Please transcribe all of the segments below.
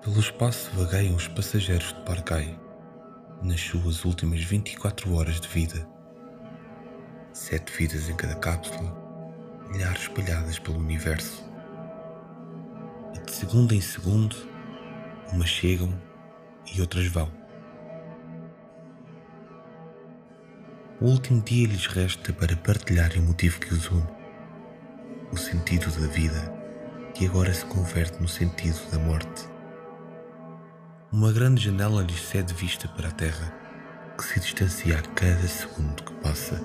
Pelo espaço vagueiam os passageiros de Parkai, nas suas últimas 24 horas de vida. 7 vidas em cada cápsula, milhares espalhadas pelo universo. E de segundo em segundo, umas chegam e outras vão. O último dia lhes resta para partilharem o motivo que os une, o sentido da vida, que agora se converte no sentido da morte. Uma grande janela lhes cede vista para a Terra, que se distancia a cada segundo que passa.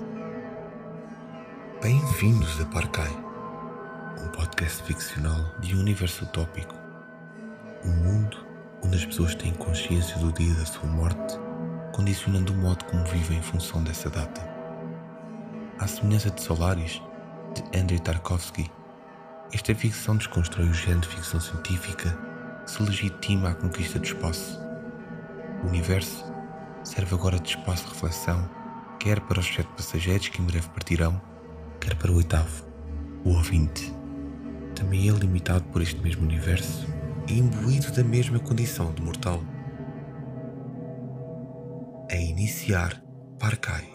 Bem-vindos a Parkai, um podcast ficcional de um universo utópico. Um mundo onde as pessoas têm consciência do dia da sua morte, condicionando o modo como vivem em função dessa data. À semelhança de Solaris, de Andrei Tarkovsky, esta ficção desconstrói o género de ficção científica que se legitima à conquista do espaço. O universo serve agora de espaço de reflexão, quer para os 7 passageiros que em breve partirão, quer para o 8º, o ouvinte. Também ele limitado por este mesmo universo e imbuído da mesma condição de mortal. A iniciar Parkai.